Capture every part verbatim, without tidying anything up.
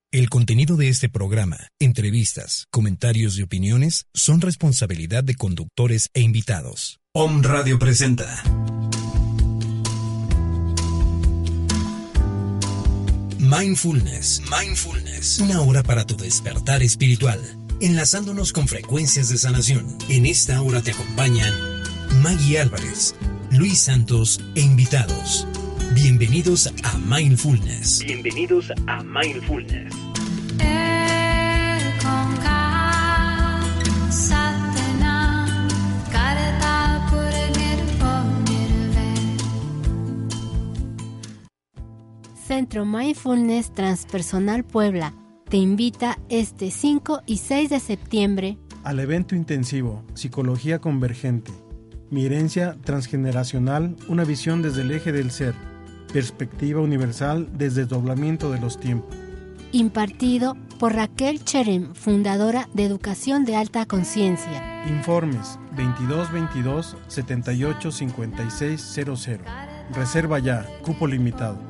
El contenido de este programa, entrevistas, comentarios y opiniones son responsabilidad de conductores e invitados. Om Radio presenta Mindfulness. Mindfulness. Una hora para tu despertar espiritual, enlazándonos con frecuencias de sanación. En esta hora te acompañan Maggie Álvarez, Luis Santos e invitados. Bienvenidos a Mindfulness. Bienvenidos a Mindfulness. Centro Mindfulness Transpersonal Puebla te invita este cinco y seis de septiembre al evento intensivo Psicología Convergente, mi herencia transgeneracional, una visión desde el eje del ser, perspectiva universal desde el desdoblamiento de los tiempos. Impartido por Raquel Cherem, fundadora de Educación de Alta Conciencia. Informes veintidós veintidós setenta y ocho cincuenta y seis cero cero. Reserva ya, cupo limitado.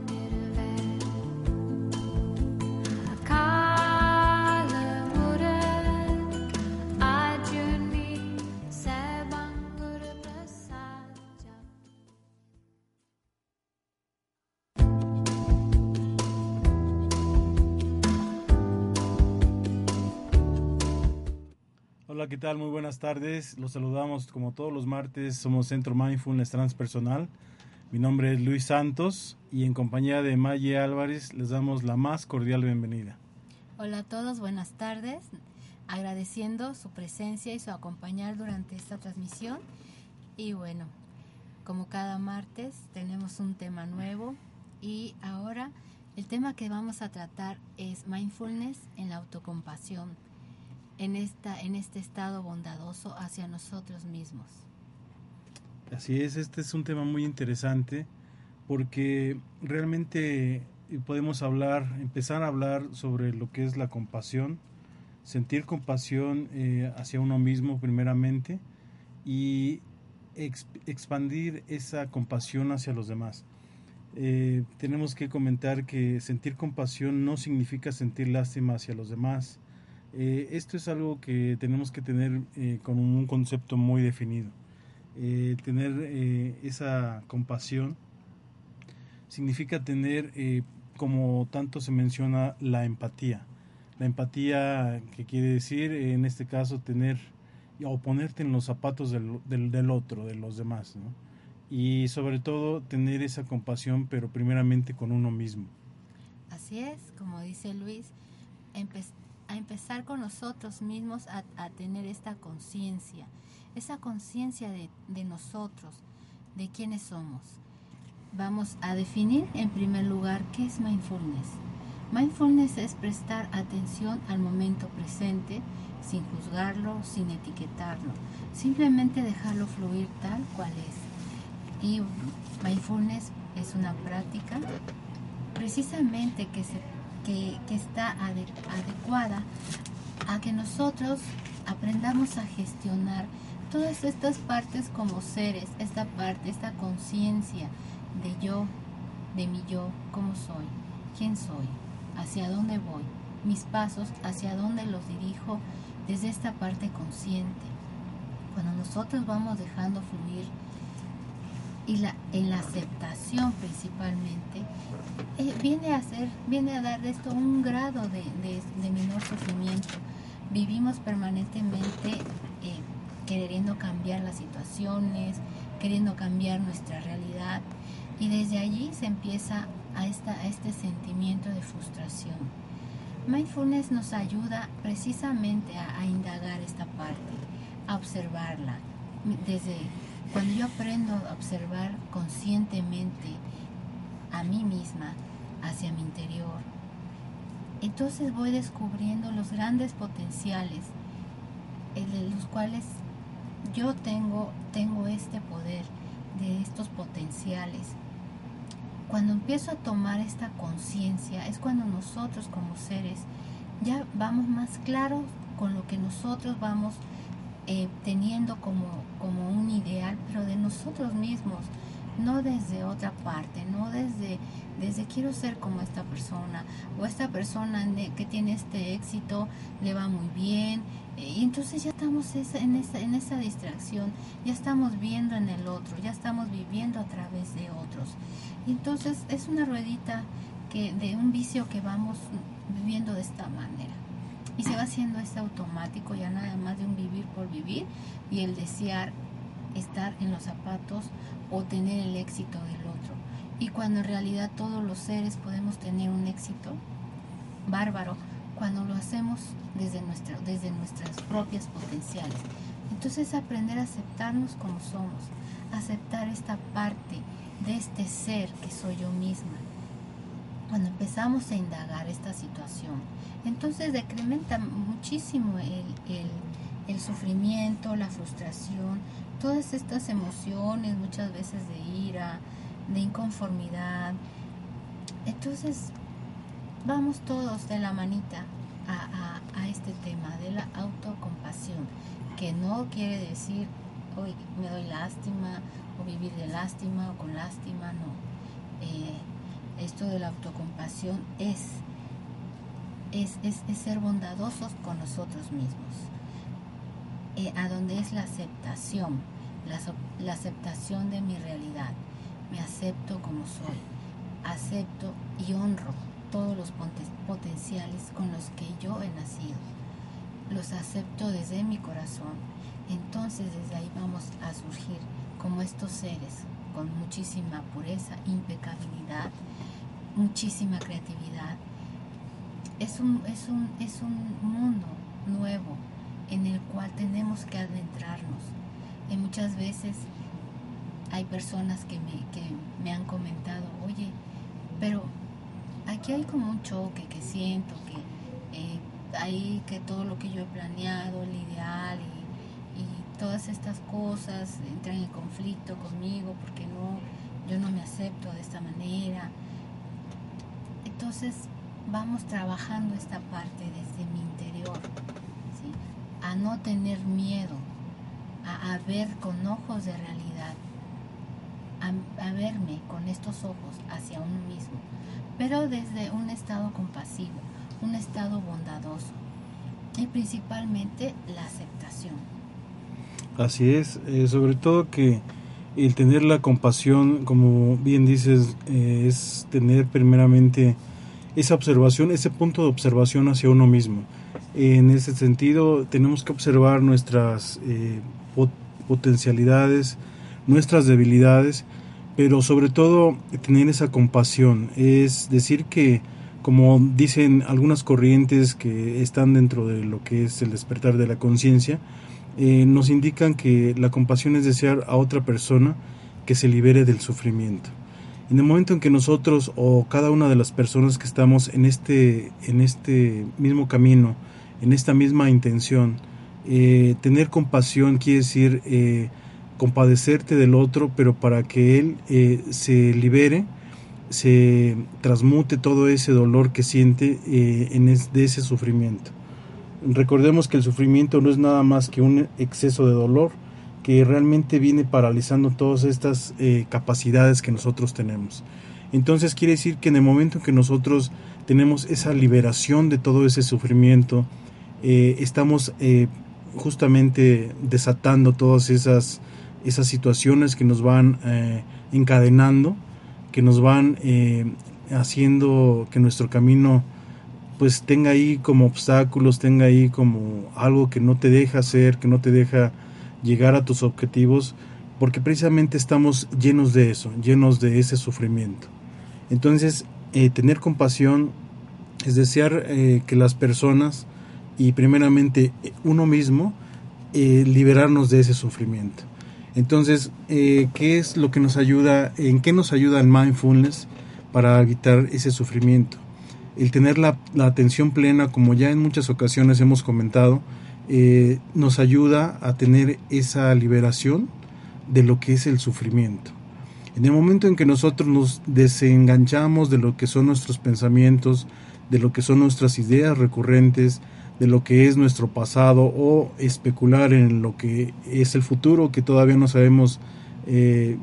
Hola, ¿qué tal? Muy buenas tardes. Los saludamos como todos los martes. Somos Centro Mindfulness Transpersonal. Mi nombre es Luis Santos y en compañía de Maggie Álvarez les damos la más cordial bienvenida. Hola a todos, buenas tardes. Agradeciendo su presencia y su acompañar durante esta transmisión. Y bueno, como cada martes tenemos un tema nuevo y ahora el tema que vamos a tratar es Mindfulness en la autocompasión. En, esta, en este estado bondadoso hacia nosotros mismos. Así es, este es un tema muy interesante porque realmente podemos hablar, empezar a hablar sobre lo que es la compasión, sentir compasión eh, hacia uno mismo primeramente y ex, expandir esa compasión hacia los demás. Eh, tenemos que comentar que sentir compasión no significa sentir lástima hacia los demás. Eh, esto es algo que tenemos que tener eh, con un concepto muy definido. Eh, tener eh, esa compasión significa tener, eh, como tanto se menciona, la empatía. La empatía que quiere decir, eh, en este caso, tener o ponerte en los zapatos del, del, del otro, de los demás, ¿no? Y sobre todo tener esa compasión, pero primeramente con uno mismo. Así es, como dice Luis, empezar a empezar con nosotros mismos a, a tener esta conciencia, esa conciencia de, de nosotros, de quiénes somos. Vamos a definir en primer lugar qué es mindfulness. Mindfulness es prestar atención al momento presente sin juzgarlo, sin etiquetarlo, simplemente dejarlo fluir tal cual es. Y mindfulness es una práctica precisamente que se Que, que está ade- adecuada a que nosotros aprendamos a gestionar todas estas partes como seres, esta parte, esta conciencia de yo, de mi yo, cómo soy, quién soy, hacia dónde voy, mis pasos, hacia dónde los dirijo desde esta parte consciente. Cuando nosotros vamos dejando fluir y la, en la aceptación principalmente, eh, viene a ser, viene a dar esto un grado de, de, de menor sufrimiento. Vivimos permanentemente eh, queriendo cambiar las situaciones, queriendo cambiar nuestra realidad, y desde allí se empieza a, esta, a este sentimiento de frustración. Mindfulness nos ayuda precisamente a, a indagar esta parte, a observarla. Desde Cuando yo aprendo a observar conscientemente a mí misma hacia mi interior, entonces voy descubriendo los grandes potenciales de los cuales yo tengo, tengo este poder de estos potenciales. Cuando empiezo a tomar esta conciencia es cuando nosotros como seres ya vamos más claros con lo que nosotros vamos Eh, teniendo como, como un ideal, pero de nosotros mismos, no desde otra parte, no desde, desde quiero ser como esta persona, o esta persona que tiene este éxito le va muy bien, y entonces ya estamos esa, en, esa, en esa distracción, ya estamos viendo en el otro, ya estamos viviendo a través de otros. Y entonces es una ruedita que de un vicio que vamos viviendo de esta manera. Y se va haciendo este automático, ya nada más de un vivir por vivir y el desear estar en los zapatos o tener el éxito del otro. Y cuando en realidad todos los seres podemos tener un éxito bárbaro cuando lo hacemos desde, nuestra, desde nuestras propias potenciales. Entonces aprender a aceptarnos como somos, aceptar esta parte de este ser que soy yo misma. Cuando empezamos a indagar esta situación, entonces decrementa muchísimo el, el, el sufrimiento, la frustración, todas estas emociones, muchas veces de ira, de inconformidad. Entonces vamos todos de la manita a, a, a este tema de la autocompasión, que no quiere decir hoy me doy lástima o vivir de lástima o con lástima, no. Eh, esto de la autocompasión es, es, es, es ser bondadosos con nosotros mismos, eh, a donde es la aceptación, la, la aceptación de mi realidad. Me acepto como soy, acepto y honro todos los potenciales con los que yo he nacido, los acepto desde mi corazón. Entonces desde ahí vamos a surgir como estos seres con muchísima pureza, impecabilidad, muchísima creatividad. Es un, es un, es un mundo nuevo en el cual tenemos que adentrarnos. Y muchas veces hay personas que me, que me han comentado, oye, pero aquí hay como un choque que siento, que eh, hay que todo lo que yo he planeado, el ideal y, y todas estas cosas entran en conflicto conmigo porque no, yo no me acepto de esta manera. Entonces vamos trabajando esta parte desde mi interior, ¿sí? A no tener miedo, a, a ver con ojos de realidad, a, a verme con estos ojos hacia uno mismo, pero desde un estado compasivo, un estado bondadoso y principalmente la aceptación. Así es, eh, sobre todo que el tener la compasión, como bien dices, eh, es tener primeramente esa observación, ese punto de observación hacia uno mismo. En ese sentido tenemos que observar nuestras eh, pot- potencialidades, nuestras debilidades, pero sobre todo tener esa compasión, es decir que, como dicen algunas corrientes que están dentro de lo que es el despertar de la conciencia, eh, nos indican que la compasión es desear a otra persona que se libere del sufrimiento. En el momento en que nosotros o cada una de las personas que estamos en este, en este mismo camino, en esta misma intención, eh, tener compasión quiere decir eh, compadecerte del otro, pero para que él eh, se libere, se transmute todo ese dolor que siente eh, en es, de ese sufrimiento. Recordemos que el sufrimiento no es nada más que un exceso de dolor que realmente viene paralizando todas estas eh, capacidades que nosotros tenemos. Entonces quiere decir que en el momento en que nosotros tenemos esa liberación de todo ese sufrimiento, eh, estamos eh, justamente desatando todas esas, esas situaciones que nos van eh, encadenando, que nos van eh, haciendo que nuestro camino pues tenga ahí como obstáculos, tenga ahí como algo que no te deja hacer, que no te deja llegar a tus objetivos, porque precisamente estamos llenos de eso, llenos de ese sufrimiento. Entonces, eh, tener compasión es desear eh, que las personas y primeramente uno mismo eh, liberarnos de ese sufrimiento. Entonces, eh, ¿qué es lo que nos ayuda? ¿En qué nos ayuda el mindfulness para evitar ese sufrimiento? El tener la, la atención plena, como ya en muchas ocasiones hemos comentado, eh, nos ayuda a tener esa liberación de lo que es el sufrimiento. En el momento en que nosotros nos desenganchamos de lo que son nuestros pensamientos, de lo que son nuestras ideas recurrentes, de lo que es nuestro pasado o especular en lo que es el futuro, que todavía no sabemos eh,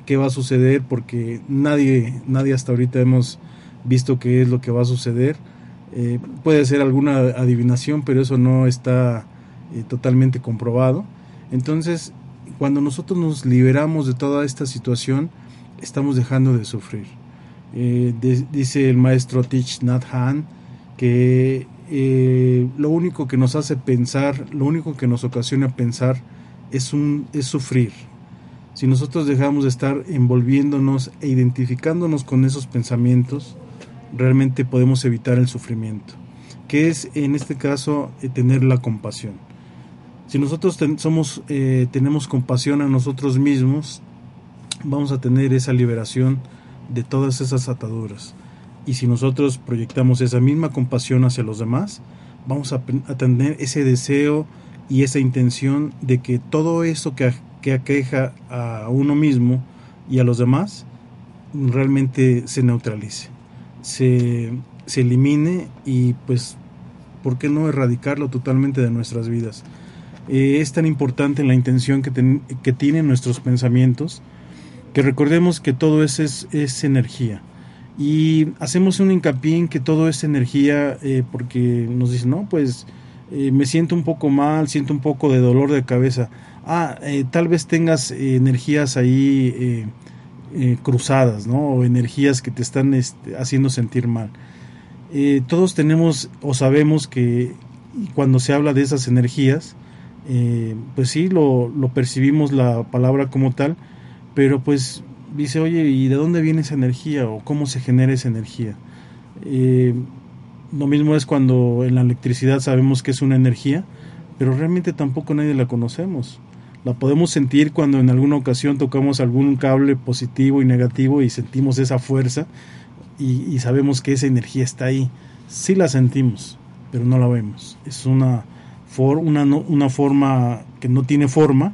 qué va a suceder, porque nadie, nadie hasta ahorita hemos visto qué es lo que va a suceder. Eh, puede ser alguna adivinación, pero eso no está eh, totalmente comprobado. Entonces, cuando nosotros nos liberamos de toda esta situación, estamos dejando de sufrir. Eh, de, dice el maestro Thich Nhat Hanh que eh, lo único que nos hace pensar, lo único que nos ocasiona pensar es, un, es sufrir. Si nosotros dejamos de estar envolviéndonos e identificándonos con esos pensamientos, realmente podemos evitar el sufrimiento, que es en este caso eh, tener la compasión. Si nosotros ten, somos, eh, tenemos compasión a nosotros mismos, vamos a tener esa liberación de todas esas ataduras. Y si nosotros proyectamos esa misma compasión hacia los demás, vamos a, a tener ese deseo y esa intención de que todo eso que, que aqueja a uno mismo y a los demás realmente se neutralice, se, se elimine, y pues, ¿por qué no erradicarlo totalmente de nuestras vidas? Eh, es tan importante la intención que, ten, que tienen nuestros pensamientos, que recordemos que todo eso es, es energía, y hacemos un hincapié en que todo es energía eh, porque nos dicen, no, pues eh, me siento un poco mal, siento un poco de dolor de cabeza. Ah, eh, tal vez tengas eh, energías ahí eh, eh, cruzadas, ¿no? O energías que te están este, haciendo sentir mal. Eh, todos tenemos o sabemos que cuando se habla de esas energías, eh, pues sí, lo, lo percibimos la palabra como tal, pero pues dice, oye, ¿y de dónde viene esa energía? ¿O cómo se genera esa energía? Eh, lo mismo es cuando en la electricidad sabemos que es una energía, pero realmente tampoco nadie la conocemos. La podemos sentir cuando en alguna ocasión tocamos algún cable positivo y negativo y sentimos esa fuerza, y, y sabemos que esa energía está ahí. Sí la sentimos, pero no la vemos. Es una, for, una, no, una forma que no tiene forma,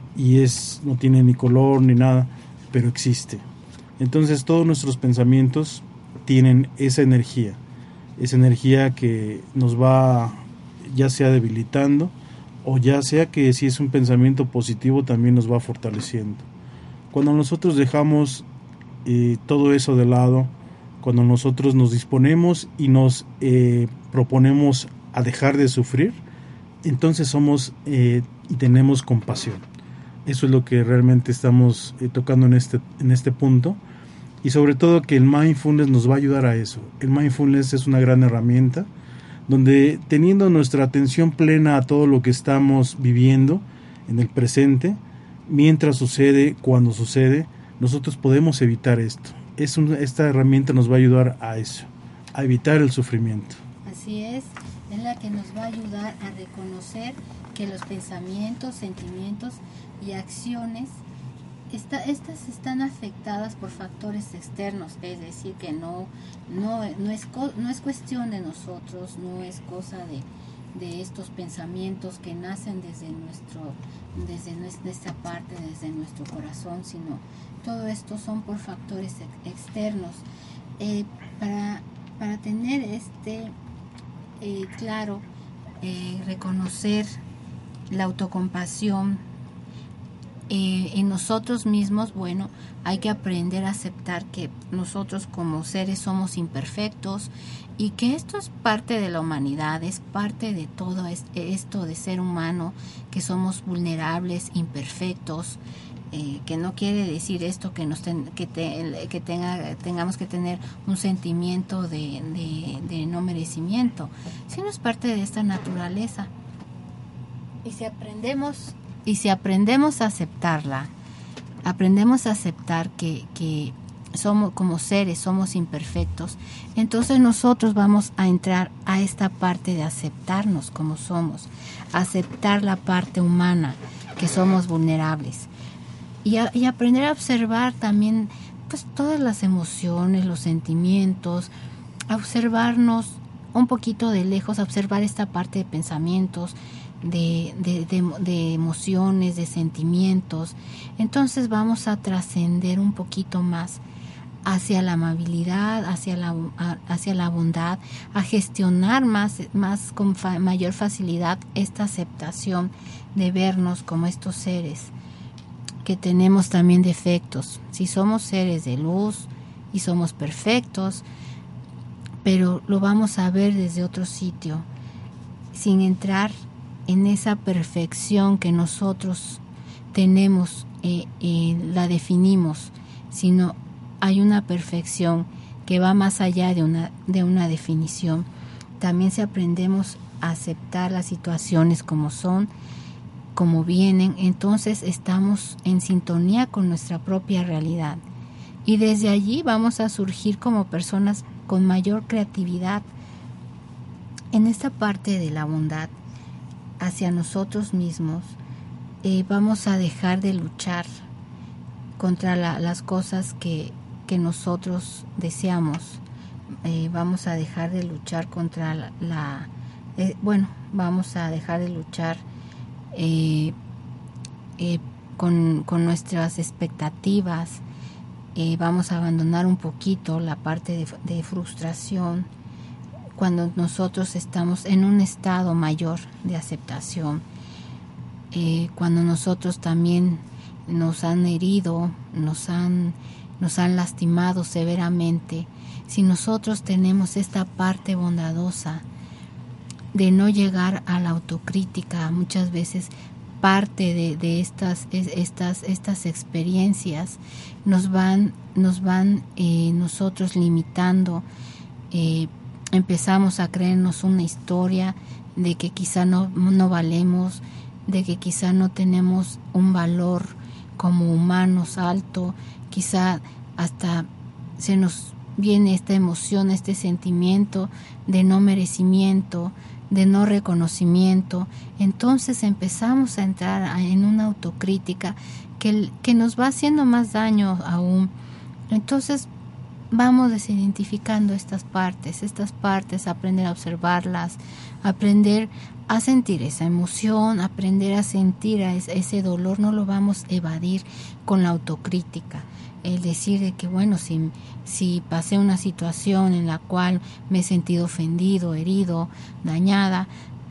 y es no tiene ni color ni nada, pero existe. Entonces todos nuestros pensamientos tienen esa energía, esa energía que nos va ya sea debilitando, o ya sea que si es un pensamiento positivo también nos va fortaleciendo. Cuando nosotros dejamos eh, todo eso de lado, cuando nosotros nos disponemos y nos eh, proponemos a dejar de sufrir, entonces somos eh, y tenemos compasión. Eso es lo que realmente estamos eh, tocando en este, en este punto, y sobre todo que el mindfulness nos va a ayudar a eso. El mindfulness es una gran herramienta donde, teniendo nuestra atención plena a todo lo que estamos viviendo en el presente, mientras sucede, cuando sucede, nosotros podemos evitar esto. Es un, esta herramienta nos va a ayudar a eso, a evitar el sufrimiento. Así es, es la que nos va a ayudar a reconocer que los pensamientos, sentimientos y acciones, esta, estas están afectadas por factores externos, es decir, que no, no, no, es, no es cuestión de nosotros, no es cosa de, de estos pensamientos que nacen desde, nuestro, desde nuestra parte, desde nuestro corazón, sino todo esto son por factores ex, externos. Eh, para, para tener este eh, claro, eh, reconocer la autocompasión eh, en nosotros mismos, bueno, hay que aprender a aceptar que nosotros como seres somos imperfectos, y que esto es parte de la humanidad, es parte de todo esto de ser humano, que somos vulnerables, imperfectos, eh, que no quiere decir esto que nos ten, que, te, que tenga, tengamos que tener un sentimiento de, de, de no merecimiento, sino es parte de esta naturaleza. Y si aprendemos y si aprendemos a aceptarla, aprendemos a aceptar que, que somos como seres, somos imperfectos, entonces nosotros vamos a entrar a esta parte de aceptarnos como somos, aceptar la parte humana, que somos vulnerables, y, a, y aprender a observar también pues todas las emociones, los sentimientos, a observarnos un poquito de lejos, a observar esta parte de pensamientos, De, de, de, de emociones, de sentimientos. Entonces vamos a trascender un poquito más hacia la amabilidad, hacia la, hacia la bondad, a gestionar más, más con fa, mayor facilidad esta aceptación de vernos como estos seres que tenemos también defectos. Si somos seres de luz y somos perfectos, pero lo vamos a ver desde otro sitio, sin entrar en esa perfección que nosotros tenemos, eh, eh, la definimos, sino hay una perfección que va más allá de una, de una definición. También si aprendemos a aceptar las situaciones como son, como vienen, entonces estamos en sintonía con nuestra propia realidad. Y desde allí vamos a surgir como personas con mayor creatividad. En esta parte de la bondad hacia nosotros mismos, eh, vamos a dejar de luchar contra la, las cosas que, que nosotros deseamos. Eh, vamos a dejar de luchar contra la, la eh, bueno, vamos a dejar de luchar eh, eh, con, con nuestras expectativas. Eh, vamos a abandonar un poquito la parte de, de frustración cuando nosotros estamos en un estado mayor de aceptación. Eh, cuando nosotros también nos han herido, nos han, nos han lastimado severamente, si nosotros tenemos esta parte bondadosa de no llegar a la autocrítica, muchas veces parte de, de estas, estas, estas experiencias nos van, nos van eh, nosotros limitando, eh, empezamos a creernos una historia de que quizá no, no valemos, de que quizá no tenemos un valor como humanos alto, quizá hasta se nos viene esta emoción, este sentimiento de no merecimiento, de no reconocimiento. Entonces empezamos a entrar en una autocrítica que, que nos va haciendo más daño aún. Entonces vamos desidentificando estas partes, estas partes, aprender a observarlas, aprender a sentir esa emoción, aprender a sentir a ese, ese dolor. No lo vamos a evadir con la autocrítica. El decir de que bueno, si, si pasé una situación en la cual me he sentido ofendido, herido, dañada,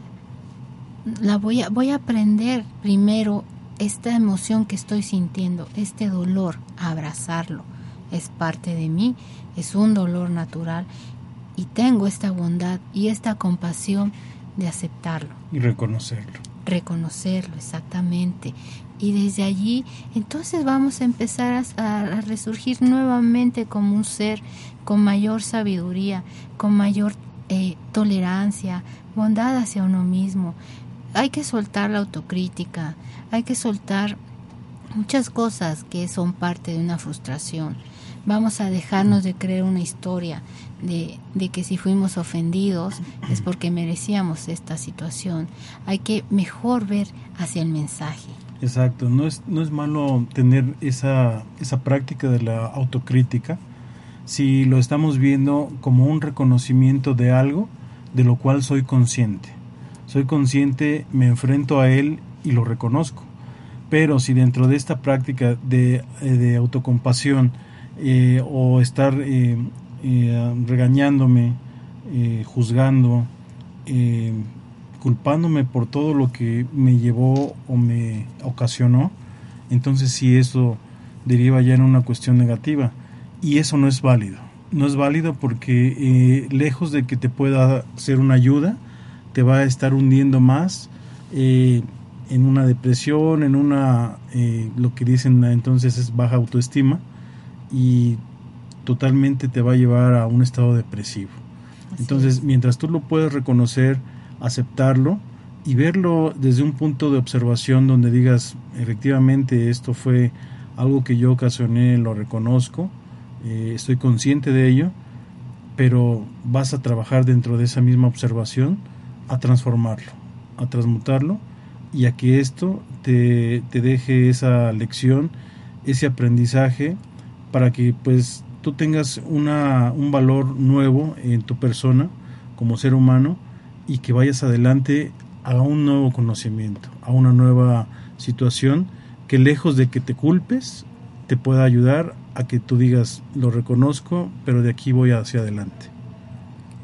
la voy a, voy a aprender primero esta emoción que estoy sintiendo, este dolor, a abrazarlo. Es parte de mí, es un dolor natural y tengo esta bondad y esta compasión de aceptarlo. Y reconocerlo. Reconocerlo, exactamente. Y desde allí, entonces vamos a empezar a, a resurgir nuevamente como un ser con mayor sabiduría, con mayor eh, tolerancia, bondad hacia uno mismo. Hay que soltar la autocrítica, hay que soltar muchas cosas que son parte de una frustración. Vamos a dejarnos de creer una historia de, de que si fuimos ofendidos es porque merecíamos esta situación. Hay que mejor ver hacia el mensaje. Exacto, no es, no es malo tener esa, esa práctica de la autocrítica si lo estamos viendo como un reconocimiento de algo de lo cual soy consciente. Soy consciente, me enfrento a él y lo reconozco. Pero si dentro de esta práctica de, de autocompasión eh, o estar eh, eh, regañándome, eh, juzgando, eh, culpándome por todo lo que me llevó o me ocasionó, entonces sí, eso deriva ya en una cuestión negativa y eso no es válido. No es válido porque eh, lejos de que te pueda ser una ayuda, te va a estar hundiendo más eh, en una depresión, en una, eh, lo que dicen entonces es baja autoestima y totalmente te va a llevar a un estado depresivo. Así entonces, es. Mientras tú lo puedes reconocer, aceptarlo y verlo desde un punto de observación donde digas, efectivamente esto fue algo que yo ocasioné, lo reconozco, eh, estoy consciente de ello, pero vas a trabajar dentro de esa misma observación a transformarlo, a transmutarlo y a que esto te, te deje esa lección, ese aprendizaje para que pues tú tengas una, un valor nuevo en tu persona como ser humano y que vayas adelante a un nuevo conocimiento, a una nueva situación que lejos de que te culpes, te pueda ayudar a que tú digas, lo reconozco, pero de aquí voy hacia adelante.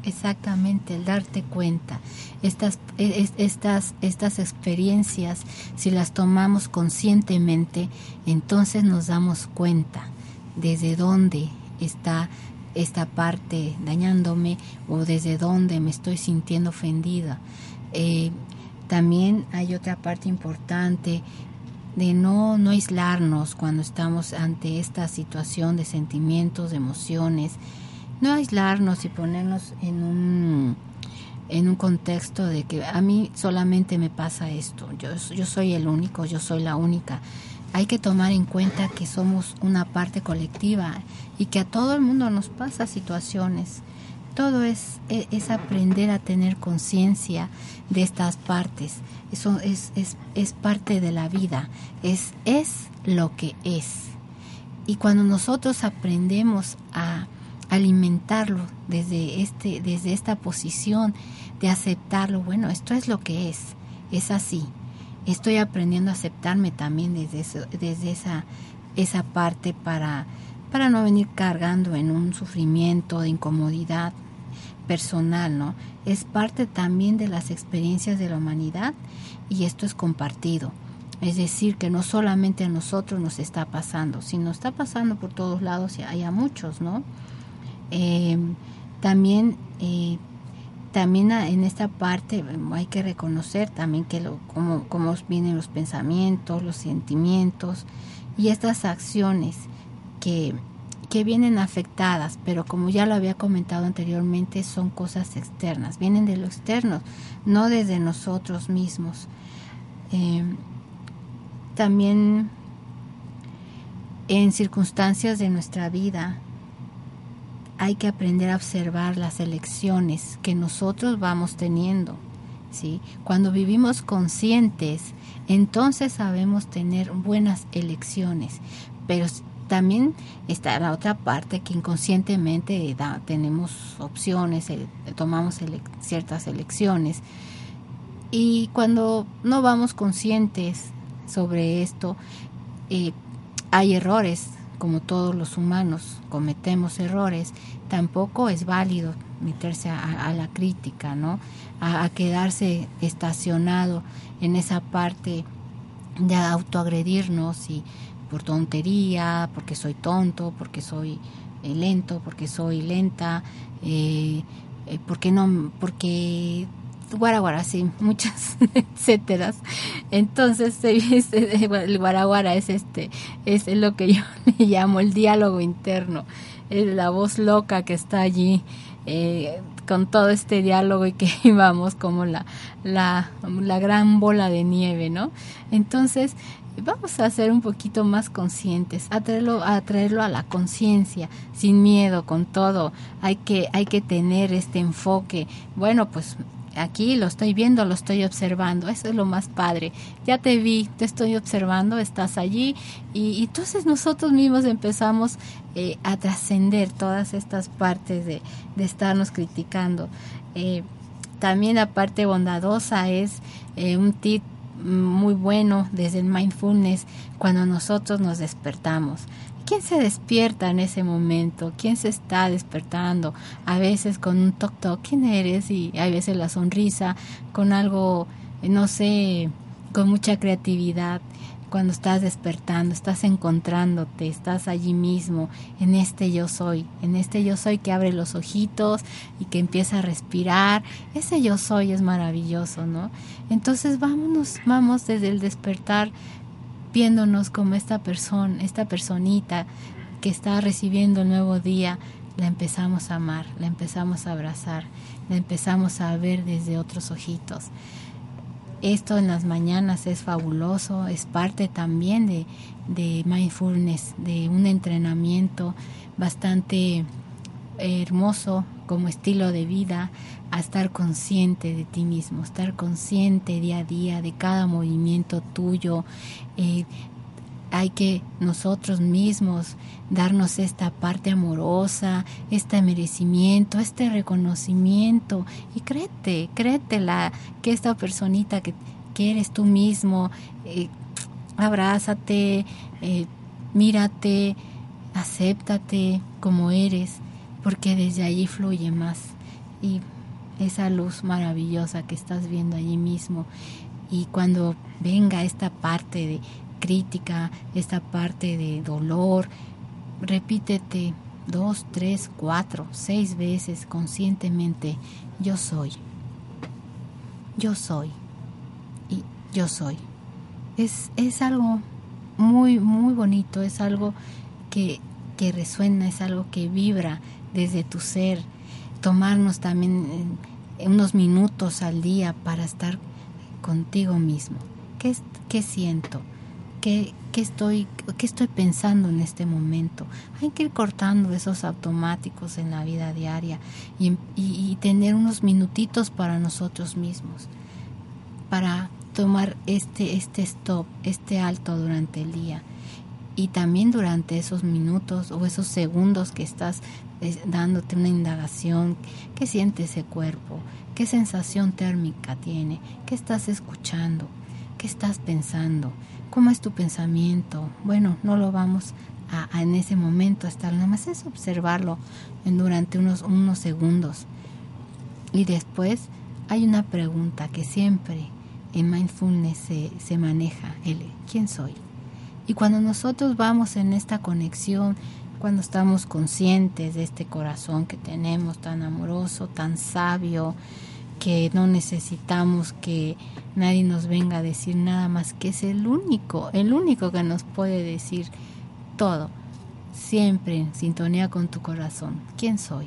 Exactamente, el darte cuenta. Estas, estas, estas experiencias, si las tomamos conscientemente, entonces nos damos cuenta desde dónde está esta parte dañándome o desde dónde me estoy sintiendo ofendida. Eh, también hay otra parte importante de no, no aislarnos cuando estamos ante esta situación de sentimientos, de emociones. No aislarnos y ponernos en un, en un contexto de que a mí solamente me pasa esto, yo, yo soy el único, yo soy la única. Hay que tomar en cuenta que somos una parte colectiva y que a todo el mundo nos pasa situaciones. Todo es, es aprender a tener conciencia de estas partes. Eso es, es, es parte de la vida, es, es lo que es. Y cuando nosotros aprendemos a alimentarlo desde este desde esta posición de aceptarlo, bueno, esto es lo que es, es así. Estoy aprendiendo a aceptarme también desde eso, desde esa esa parte para para no venir cargando en un sufrimiento de incomodidad personal, ¿no? Es parte también de las experiencias de la humanidad y esto es compartido. Es decir, que no solamente a nosotros nos está pasando, sino está pasando por todos lados y hay a muchos, ¿no? Eh, también eh, también en esta parte hay que reconocer también que lo, cómo, cómo vienen los pensamientos, los sentimientos y estas acciones que, que vienen afectadas, pero como ya lo había comentado anteriormente, son cosas externas, vienen de lo externo, no desde nosotros mismos. Eh, también en circunstancias de nuestra vida hay que aprender a observar las elecciones que nosotros vamos teniendo, ¿sí? Cuando vivimos conscientes, entonces sabemos tener buenas elecciones, pero también está la otra parte que inconscientemente da, tenemos opciones, eh, tomamos ele- ciertas elecciones y cuando no vamos conscientes sobre esto, eh, hay errores. Como todos los humanos cometemos errores, tampoco es válido meterse a, a la crítica, ¿no? A, a quedarse estacionado en esa parte de autoagredirnos y por tontería, porque soy tonto, porque soy eh, lento, porque soy lenta, eh, eh, porque no, porque guara guara, sí, muchas etcéteras. Entonces el guara guara es este es lo que yo le llamo el diálogo interno, es la voz loca que está allí eh, con todo este diálogo y que íbamos como la la la gran bola de nieve, ¿no? Entonces vamos a ser un poquito más conscientes, a traerlo, a traerlo a la conciencia, sin miedo, con todo. Hay que hay que tener este enfoque. Bueno, pues aquí lo estoy viendo, lo estoy observando, eso es lo más padre. Ya te vi, te estoy observando, estás allí y, y entonces nosotros mismos empezamos eh, a trascender todas estas partes de, de estarnos criticando. Eh, también la parte bondadosa es eh, un tip muy bueno desde el mindfulness cuando nosotros nos despertamos. ¿Quién se despierta en ese momento? ¿Quién se está despertando? A veces con un toc toc, ¿quién eres? Y a veces la sonrisa, con algo, no sé, con mucha creatividad. Cuando estás despertando, estás encontrándote, estás allí mismo, en este yo soy, en este yo soy que abre los ojitos y que empieza a respirar. Ese yo soy es maravilloso, ¿no? Entonces vámonos, vamos desde el despertar, viéndonos como esta persona, esta personita que está recibiendo el nuevo día, la empezamos a amar, la empezamos a abrazar, la empezamos a ver desde otros ojitos. Esto en las mañanas es fabuloso, es parte también de, de mindfulness, de un entrenamiento bastante hermoso como estilo de vida, a estar consciente de ti mismo, estar consciente día a día de cada movimiento tuyo. Eh, hay que nosotros mismos darnos esta parte amorosa, este merecimiento, este reconocimiento y créete, créetela que esta personita que, que eres tú mismo, eh, abrázate, eh, mírate, acéptate como eres, porque desde allí fluye más. y esa luz maravillosa que estás viendo allí mismo. Y cuando venga esta parte de crítica, esta parte de dolor, repítete dos, tres, cuatro, seis veces conscientemente: yo soy, yo soy, y yo soy. Es, es algo muy, muy bonito, es algo que, que resuena, es algo que vibra desde tu ser. Tomarnos también unos minutos al día para estar contigo mismo. ¿Qué, qué siento? ¿Qué, qué, estoy, ¿Qué estoy pensando en este momento? Hay que ir cortando esos automáticos en la vida diaria y, y, y tener unos minutitos para nosotros mismos, para tomar este, este stop, este alto durante el día. Y también durante esos minutos o esos segundos que estás eh, dándote una indagación: ¿qué siente ese cuerpo? ¿Qué sensación térmica tiene? ¿Qué estás escuchando? ¿Qué estás pensando? ¿Cómo es tu pensamiento? Bueno, no lo vamos a, a en ese momento a estar, nada más es observarlo en, durante unos, unos segundos. Y después hay una pregunta que siempre en mindfulness se, se maneja: el ¿quién soy? Y cuando nosotros vamos en esta conexión, cuando estamos conscientes de este corazón que tenemos tan amoroso, tan sabio, que no necesitamos que nadie nos venga a decir nada más, que es el único, el único que nos puede decir todo, siempre en sintonía con tu corazón: ¿quién soy?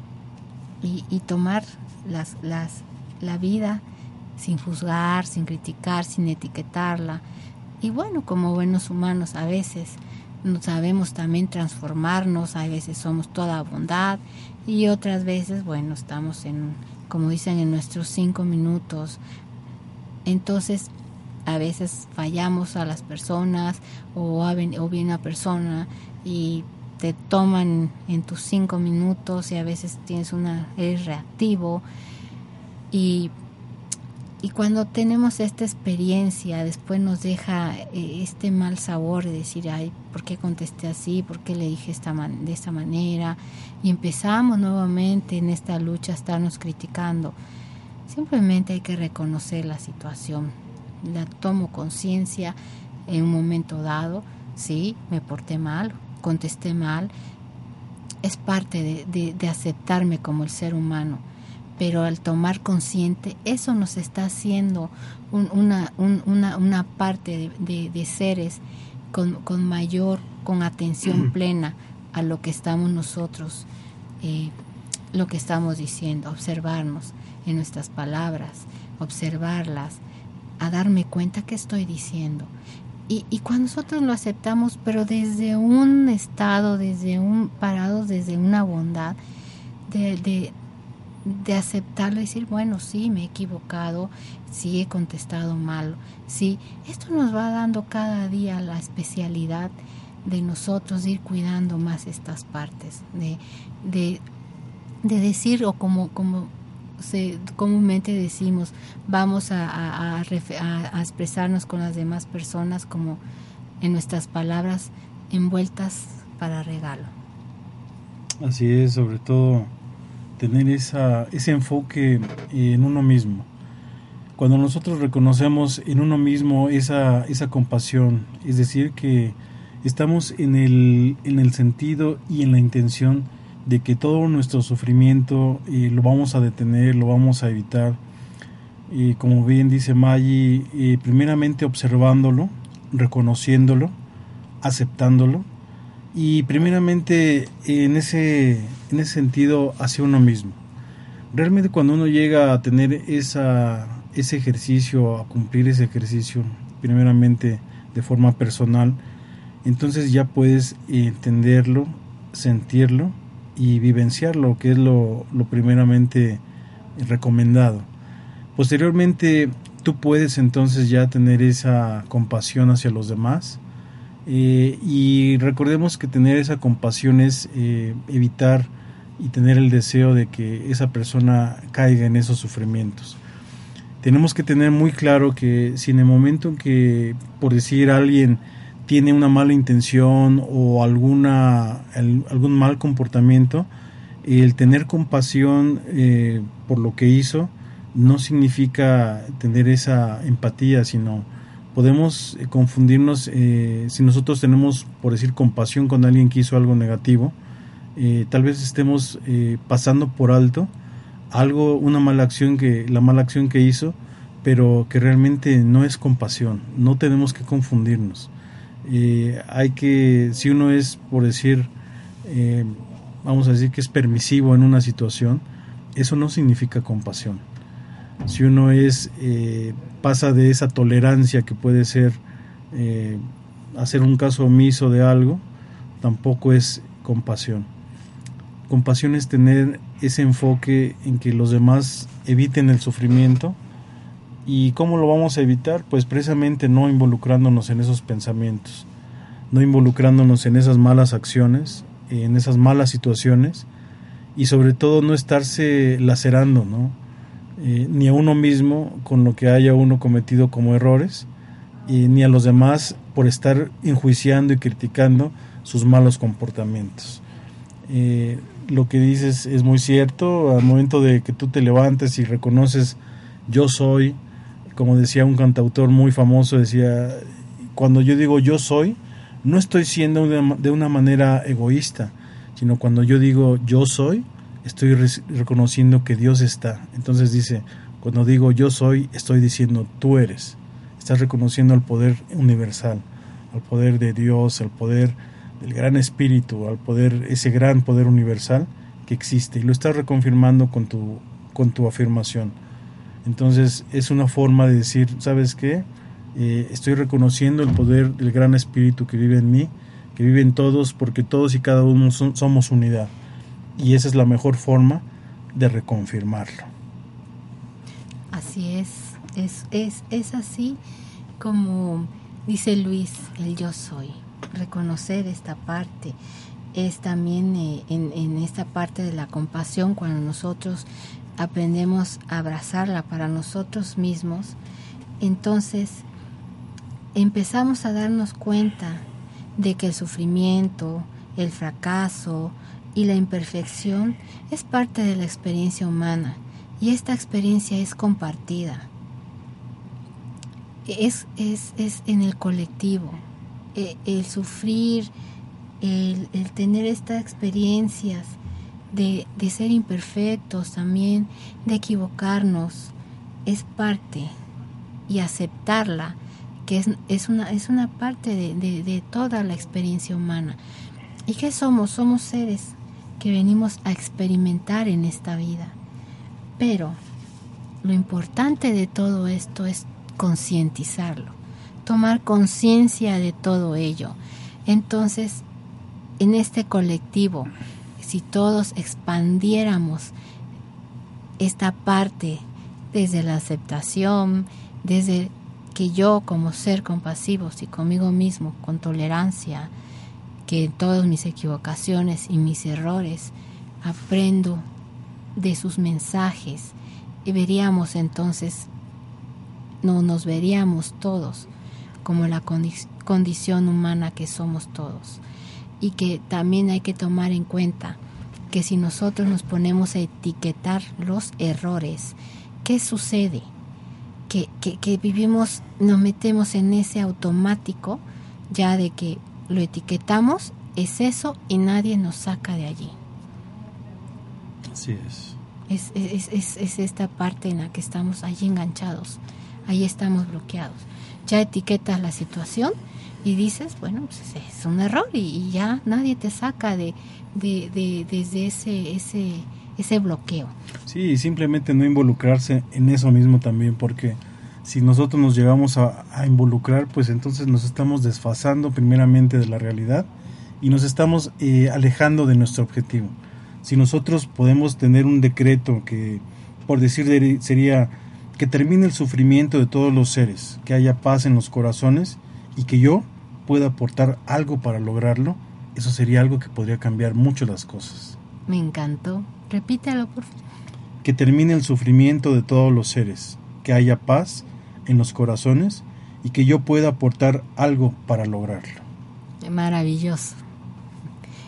Y, y tomar las, las, la vida sin juzgar, sin criticar, sin etiquetarla. Y bueno, como buenos humanos a veces no sabemos también transformarnos, a veces somos toda bondad y otras veces, bueno, estamos en, como dicen, en nuestros cinco minutos. Entonces, a veces fallamos a las personas o, a ven, o viene una persona y te toman en tus cinco minutos y a veces tienes una, eres reactivo. Y Y cuando tenemos esta experiencia, después nos deja eh, este mal sabor de decir: ay, ¿por qué contesté así? ¿Por qué le dije esta man- de esta manera? Y empezamos nuevamente en esta lucha a estarnos criticando. Simplemente hay que reconocer la situación. La tomo conciencia en un momento dado. Sí, me porté mal, contesté mal. Es parte de, de, de aceptarme como el ser humano. Pero al tomar consciente, eso nos está haciendo un, una, un, una, una parte de, de, de seres con, con mayor, con atención plena a lo que estamos nosotros, eh, lo que estamos diciendo, observarnos en nuestras palabras, observarlas, a darme cuenta qué estoy diciendo. Y, y cuando nosotros lo aceptamos, pero desde un estado, desde un parados, desde una bondad, de, de de aceptarlo y decir: bueno, sí, me he equivocado, sí he contestado mal, sí, esto nos va dando cada día la especialidad de nosotros de ir cuidando más estas partes, de, de, de decir, o como, como se, comúnmente decimos, vamos a, a, a, a expresarnos con las demás personas como en nuestras palabras envueltas para regalo. Así es, sobre todo tener esa, ese enfoque en uno mismo. Cuando nosotros reconocemos en uno mismo esa, esa compasión, es decir, que estamos en el, en el sentido y en la intención de que todo nuestro sufrimiento eh, lo vamos a detener, lo vamos a evitar. Y como bien dice Maggie, eh, primeramente observándolo, reconociéndolo, aceptándolo, y primeramente en ese, en ese sentido hacia uno mismo. Realmente cuando uno llega a tener esa, ese ejercicio, a cumplir ese ejercicio, primeramente de forma personal, entonces ya puedes entenderlo, sentirlo y vivenciarlo, que es lo, lo primeramente recomendado. Posteriormente tú puedes entonces ya tener esa compasión hacia los demás. Eh, y recordemos que tener esa compasión es eh, evitar y tener el deseo de que esa persona caiga en esos sufrimientos. Tenemos que tener muy claro que si en el momento en que, por decir, alguien tiene una mala intención o alguna, el, algún mal comportamiento, el tener compasión eh, por lo que hizo no significa tener esa empatía, sino podemos confundirnos eh, si nosotros tenemos, por decir, compasión con alguien que hizo algo negativo, eh, tal vez estemos eh, pasando por alto algo, una mala acción que, la mala acción que hizo, pero que realmente no es compasión. No tenemos que confundirnos. Eh, hay que, si uno es, por decir, eh, vamos a decir que es permisivo en una situación, eso no significa compasión. Si uno es eh, pasa de esa tolerancia que puede ser eh, hacer un caso omiso de algo, tampoco es compasión. Compasión es tener ese enfoque en que los demás eviten el sufrimiento. ¿Y cómo lo vamos a evitar? Pues precisamente no involucrándonos en esos pensamientos, no involucrándonos en esas malas acciones, en esas malas situaciones, y sobre todo no estarse lacerando, ¿no? Eh, ni a uno mismo con lo que haya uno cometido como errores, eh, ni a los demás por estar enjuiciando y criticando sus malos comportamientos. Eh, lo que dices es muy cierto. Al momento de que tú te levantes y reconoces yo soy, como decía un cantautor muy famoso, decía, cuando yo digo yo soy, no estoy siendo de, de una manera egoísta, sino cuando yo digo yo soy, estoy re- reconociendo que Dios está. Entonces dice, cuando digo yo soy, estoy diciendo tú eres. Estás reconociendo el poder universal, al poder de Dios, al poder del gran espíritu, al poder, ese gran poder universal que existe, y lo estás reconfirmando con tu, con tu afirmación. Entonces es una forma de decir, ¿sabes qué? Eh, estoy reconociendo el poder del gran espíritu que vive en mí, que vive en todos, porque todos y cada uno son, somos unidad. Y esa es la mejor forma de reconfirmarlo. Así es, es, es, es así como dice Luis, el yo soy. Reconocer esta parte es también eh, en, en esta parte de la compasión, cuando nosotros aprendemos a abrazarla para nosotros mismos, entonces empezamos a darnos cuenta de que el sufrimiento, el fracaso y la imperfección es parte de la experiencia humana, y esta experiencia es compartida, es, es, es en el colectivo. El sufrir, el, el tener estas experiencias de, de ser imperfectos también, de equivocarnos, es parte, y aceptarla, que es, es, una, es una parte de, de, de toda la experiencia humana. ¿Y qué somos? Somos seres que venimos a experimentar en esta vida. Pero lo importante de todo esto es concientizarlo, tomar conciencia de todo ello. Entonces, en este colectivo, si todos expandiéramos esta parte desde la aceptación, desde que yo como ser compasivo y conmigo mismo, con tolerancia, que en todas mis equivocaciones y mis errores aprendo de sus mensajes, y veríamos entonces, no nos veríamos todos como la condi- condición humana que somos todos. Y que también hay que tomar en cuenta que si nosotros nos ponemos a etiquetar los errores, ¿qué sucede? Que, que, que vivimos, nos metemos en ese automático ya de que lo etiquetamos, es eso, y nadie nos saca de allí. Así es. Es, es, es, es esta parte en la que estamos allí enganchados, ahí estamos bloqueados. Ya etiquetas la situación y dices, bueno, pues es un error, y, y ya nadie te saca de, de, de desde ese, ese, ese bloqueo. Sí, simplemente no involucrarse en eso mismo también, porque si nosotros nos llegamos a, a involucrar, pues entonces nos estamos desfasando primeramente de la realidad y nos estamos eh, alejando de nuestro objetivo. Si nosotros podemos tener un decreto que, por decir, sería que termine el sufrimiento de todos los seres, que haya paz en los corazones y que yo pueda aportar algo para lograrlo, eso sería algo que podría cambiar mucho las cosas. Me encantó. Repítelo, por favor. Que termine el sufrimiento de todos los seres, que haya paz en los corazones y que yo pueda aportar algo para lograrlo. Maravilloso.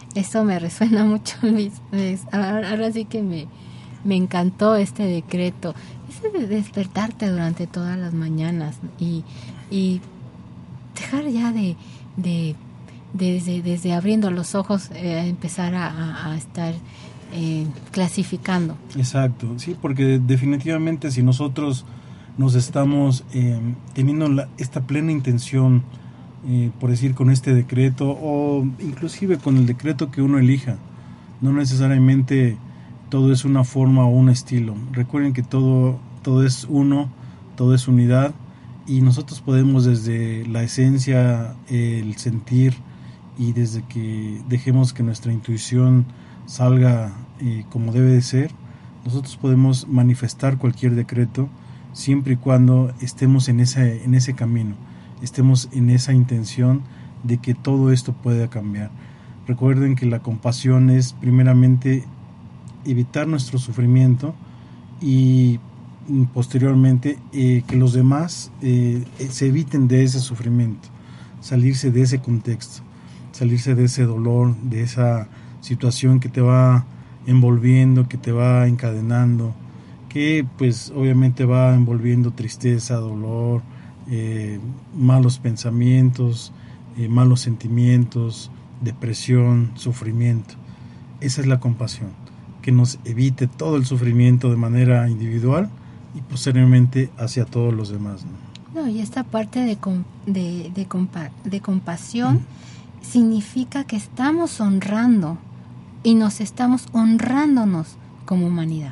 Eso me resuena mucho, Luis. Ahora, ahora sí que me, me encantó este decreto. Ese de despertarte durante todas las mañanas y, y dejar ya de, de, de desde, desde abriendo los ojos, eh, empezar a, a, a estar eh, clasificando. Exacto, sí, porque definitivamente si nosotros nos estamos eh, teniendo la, esta plena intención, eh, por decir, con este decreto o inclusive con el decreto que uno elija, no necesariamente todo es una forma o un estilo. Recuerden que todo, todo es uno, todo es unidad, y nosotros podemos desde la esencia, el sentir, y desde que dejemos que nuestra intuición salga eh, como debe de ser, nosotros podemos manifestar cualquier decreto siempre y cuando estemos en ese, en ese camino, estemos en esa intención de que todo esto pueda cambiar. Recuerden que la compasión es primeramente evitar nuestro sufrimiento y posteriormente eh, que los demás eh, se eviten de ese sufrimiento, salirse de ese contexto, salirse de ese dolor, de esa situación que te va envolviendo, que te va encadenando, que pues obviamente va envolviendo tristeza, dolor, eh, malos pensamientos, eh, malos sentimientos, depresión, sufrimiento. Esa es la compasión, que nos evite todo el sufrimiento de manera individual y posteriormente hacia todos los demás, ¿no? No, y esta parte de, com, de, de, compa, de compasión mm. significa que estamos honrando y nos estamos honrándonos como humanidad.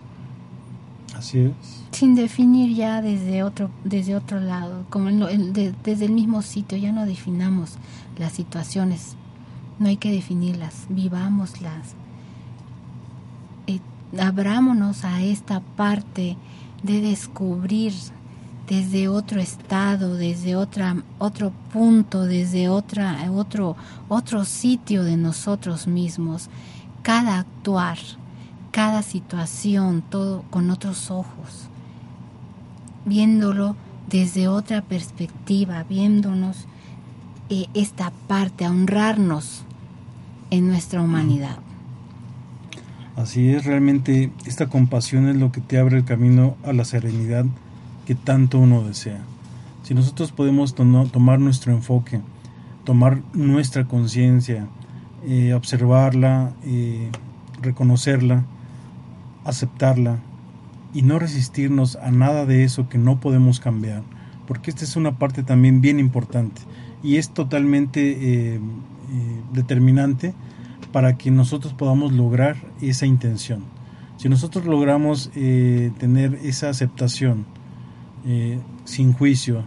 Así es. Sin definir ya desde otro desde otro lado, como el, el, de, desde el mismo sitio, ya no definamos las situaciones, no hay que definirlas, vivámoslas. Eh, abrámonos a esta parte de descubrir desde otro estado, desde otra otro punto, desde otra otro otro sitio de nosotros mismos, cada actuar, cada situación, todo con otros ojos, viéndolo desde otra perspectiva, viéndonos eh, esta parte, a honrarnos en nuestra humanidad. Así es, realmente esta compasión es lo que te abre el camino a la serenidad que tanto uno desea. Si nosotros podemos to- tomar nuestro enfoque, tomar nuestra conciencia, eh, observarla, eh, reconocerla, aceptarla y no resistirnos a nada de eso que no podemos cambiar, porque esta es una parte también bien importante y es totalmente eh, eh, determinante para que nosotros podamos lograr esa intención. Si nosotros logramos eh, tener esa aceptación eh, sin juicio,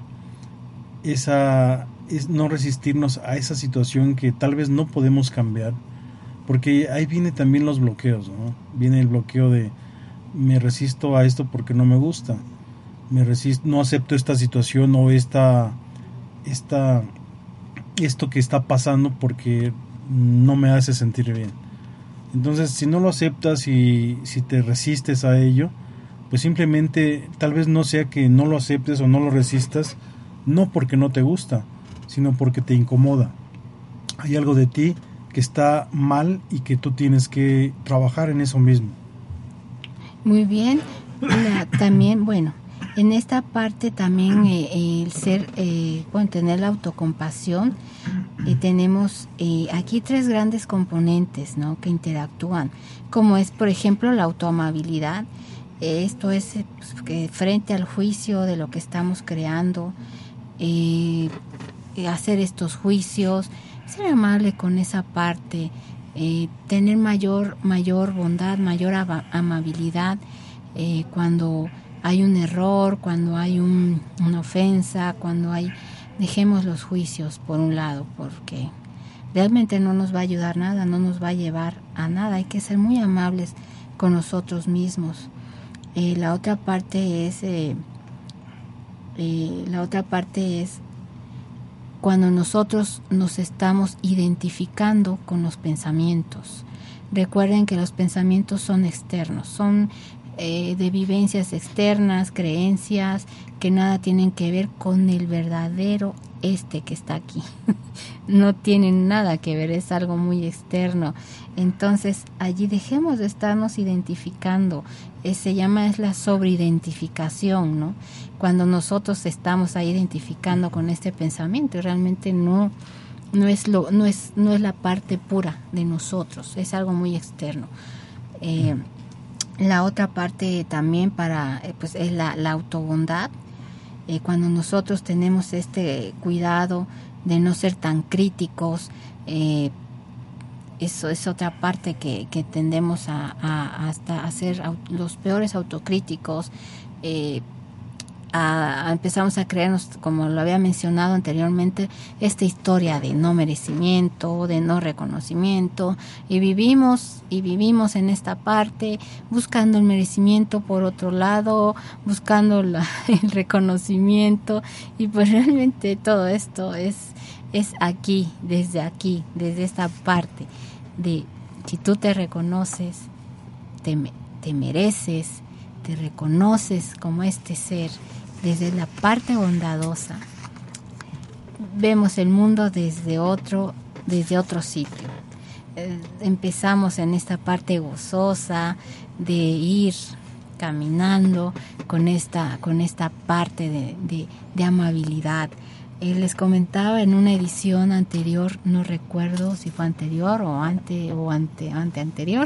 esa es no resistirnos a esa situación que tal vez no podemos cambiar, porque ahí viene también los bloqueos, ¿no? Viene el bloqueo de me resisto a esto porque no me gusta, me resisto, no acepto esta situación o esta, esta, esto que está pasando porque no me hace sentir bien. Entonces, si no lo aceptas y si te resistes a ello, pues simplemente tal vez no sea que no lo aceptes o no lo resistas, no porque no te gusta, sino porque te incomoda. Hay algo de ti que está mal y que tú tienes que trabajar en eso mismo. Muy bien. La, también, bueno, en esta parte también eh, el ser, eh, bueno, tener la autocompasión, eh, tenemos eh, aquí tres grandes componentes, ¿no?, que interactúan, como es, por ejemplo, la autoamabilidad. Eh, esto es eh, pues, que frente al juicio de lo que estamos creando, eh, hacer estos juicios, ser amable con esa parte, eh, tener mayor mayor bondad, mayor ama- amabilidad eh, cuando hay un error, cuando hay un, una ofensa, cuando hay, dejemos los juicios por un lado, porque realmente no nos va a ayudar nada, no nos va a llevar a nada. Hay que ser muy amables con nosotros mismos. Eh, la otra parte es eh, eh, la otra parte es cuando nosotros nos estamos identificando con los pensamientos. Recuerden que los pensamientos son externos, son eh, de vivencias externas, creencias que nada tienen que ver con el verdadero este que está aquí. No tiene nada que ver, es algo muy externo. Entonces allí dejemos de estarnos identificando. Eh, se llama es la sobreidentificación, ¿no? Cuando nosotros estamos ahí identificando con este pensamiento, realmente no no es lo no es no es la parte pura de nosotros, es algo muy externo. Eh, la otra parte también para eh, pues es la, la autobondad. Eh, cuando nosotros tenemos este cuidado de no ser tan críticos, eh, eso es otra parte que, que tendemos a, a hasta a ser los peores autocríticos. eh, A, a empezamos a creernos, como lo había mencionado anteriormente, esta historia de no merecimiento, de no reconocimiento, y vivimos y vivimos en esta parte buscando el merecimiento por otro lado, buscando la, el reconocimiento, y pues realmente todo esto es es aquí, desde aquí, desde esta parte de si tú te reconoces, te, te mereces, te reconoces como este ser. Desde la parte bondadosa vemos el mundo desde otro desde otro sitio. Eh, empezamos en esta parte gozosa de ir caminando con esta con esta parte de, de, de amabilidad. Eh, les comentaba en una edición anterior, no recuerdo si fue anterior o ante o ante ante anterior,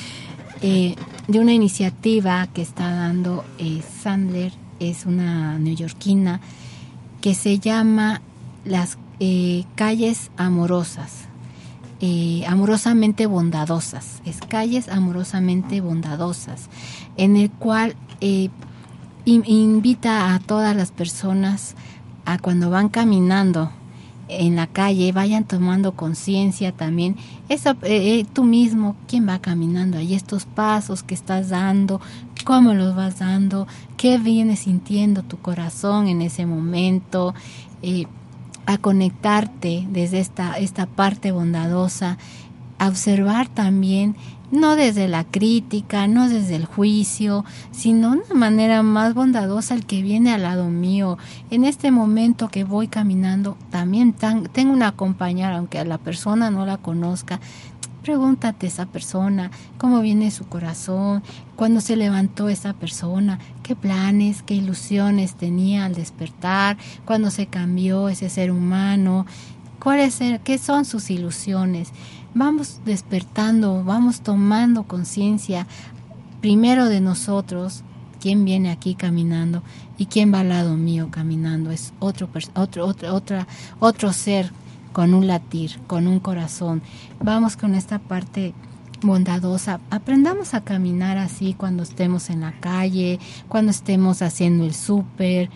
eh, de una iniciativa que está dando eh, Sandler. Es una neoyorquina que se llama las eh, calles amorosas, eh, amorosamente bondadosas, es calles amorosamente bondadosas, en el cual eh, in, invita a todas las personas a cuando van caminando en la calle vayan tomando conciencia también, eso, eh, tú mismo, quién va caminando ahí, estos pasos que estás dando, cómo los vas dando, qué viene sintiendo tu corazón en ese momento, eh, a conectarte desde esta, esta parte bondadosa, a observar también, no desde la crítica, no desde el juicio, sino de una manera más bondadosa el que viene al lado mío. En este momento que voy caminando, también tan, tengo una compañera, aunque a la persona no la conozca, pregúntate a esa persona, cómo viene su corazón, cuándo se levantó esa persona, qué planes, qué ilusiones tenía al despertar, cuándo se cambió ese ser humano, cuáles, qué son sus ilusiones. Vamos despertando, vamos tomando conciencia primero de nosotros, quién viene aquí caminando y quién va al lado mío caminando, es otro otro otro otra otro ser con un latir, con un corazón. Vamos con esta parte bondadosa, aprendamos a caminar así cuando estemos en la calle, cuando estemos haciendo el súper,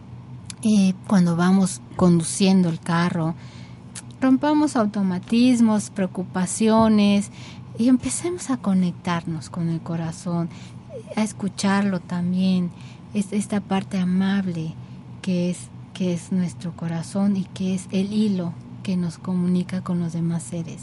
eh, cuando vamos conduciendo el carro. Rompamos automatismos, preocupaciones y empecemos a conectarnos con el corazón, a escucharlo también, es esta parte amable que es, que es nuestro corazón y que es el hilo que nos comunica con los demás seres.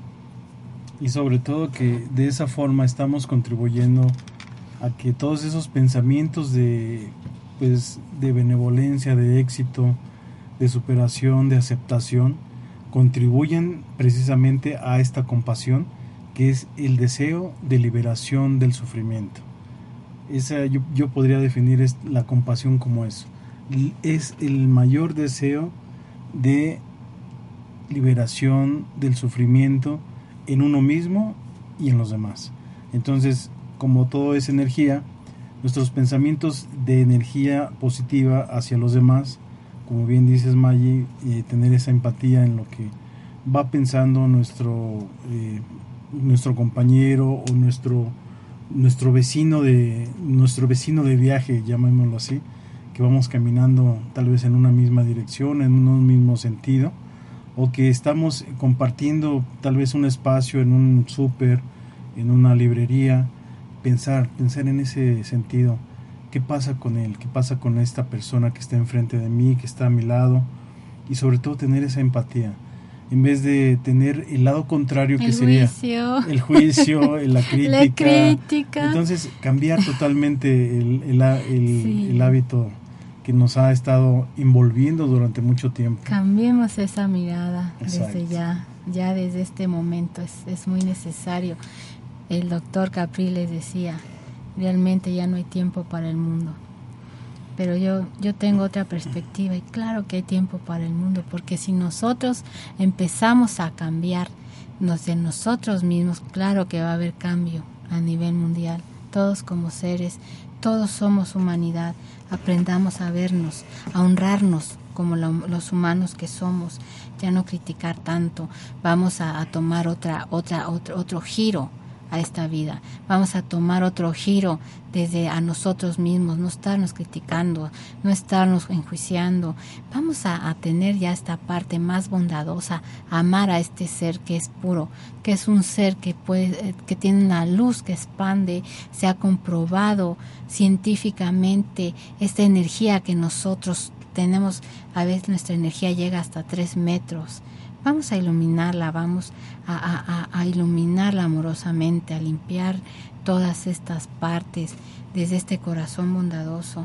Y sobre todo que de esa forma estamos contribuyendo a que todos esos pensamientos de, pues, de benevolencia, de éxito, de superación, de aceptación, contribuyen precisamente a esta compasión, que es el deseo de liberación del sufrimiento. Esa yo, yo podría definir es la compasión como eso. Es el mayor deseo de liberación del sufrimiento en uno mismo y en los demás. Entonces, como todo es energía, nuestros pensamientos de energía positiva hacia los demás, como bien dices, Maggie, eh, tener esa empatía en lo que va pensando nuestro eh, nuestro compañero o nuestro nuestro vecino de nuestro vecino de viaje, llamémoslo así, que vamos caminando tal vez en una misma dirección, en un mismo sentido, o que estamos compartiendo tal vez un espacio en un súper, en una librería, pensar, pensar en ese sentido. ¿Qué pasa con él? ¿Qué pasa con esta persona que está enfrente de mí, que está a mi lado? Y sobre todo tener esa empatía, en vez de tener el lado contrario, que el sería juicio. el juicio, la crítica. La crítica. Entonces cambiar totalmente el, el, el, Sí. el hábito que nos ha estado envolviendo durante mucho tiempo. Cambiemos esa mirada. Exacto. Desde ya, ya desde este momento es, es muy necesario. El doctor Capriles decía, realmente ya no hay tiempo para el mundo. Pero yo, yo tengo otra perspectiva y claro que hay tiempo para el mundo, porque si nosotros empezamos a cambiar nos de nosotros mismos, claro que va a haber cambio a nivel mundial. Todos como seres, todos somos humanidad. Aprendamos a vernos, a honrarnos como lo, los humanos que somos, ya no criticar tanto. Vamos a, a tomar otra, otra, otro, otro giro a esta vida. Vamos a tomar otro giro desde a nosotros mismos, no estarnos criticando, no estarnos enjuiciando. Vamos a, a tener ya esta parte más bondadosa, amar a este ser que es puro, que es un ser que puede, que tiene una luz que expande. Se ha comprobado científicamente esta energía que nosotros tenemos. A veces nuestra energía llega hasta tres metros. Vamos a iluminarla, vamos a, a, a iluminarla amorosamente, a limpiar todas estas partes desde este corazón bondadoso,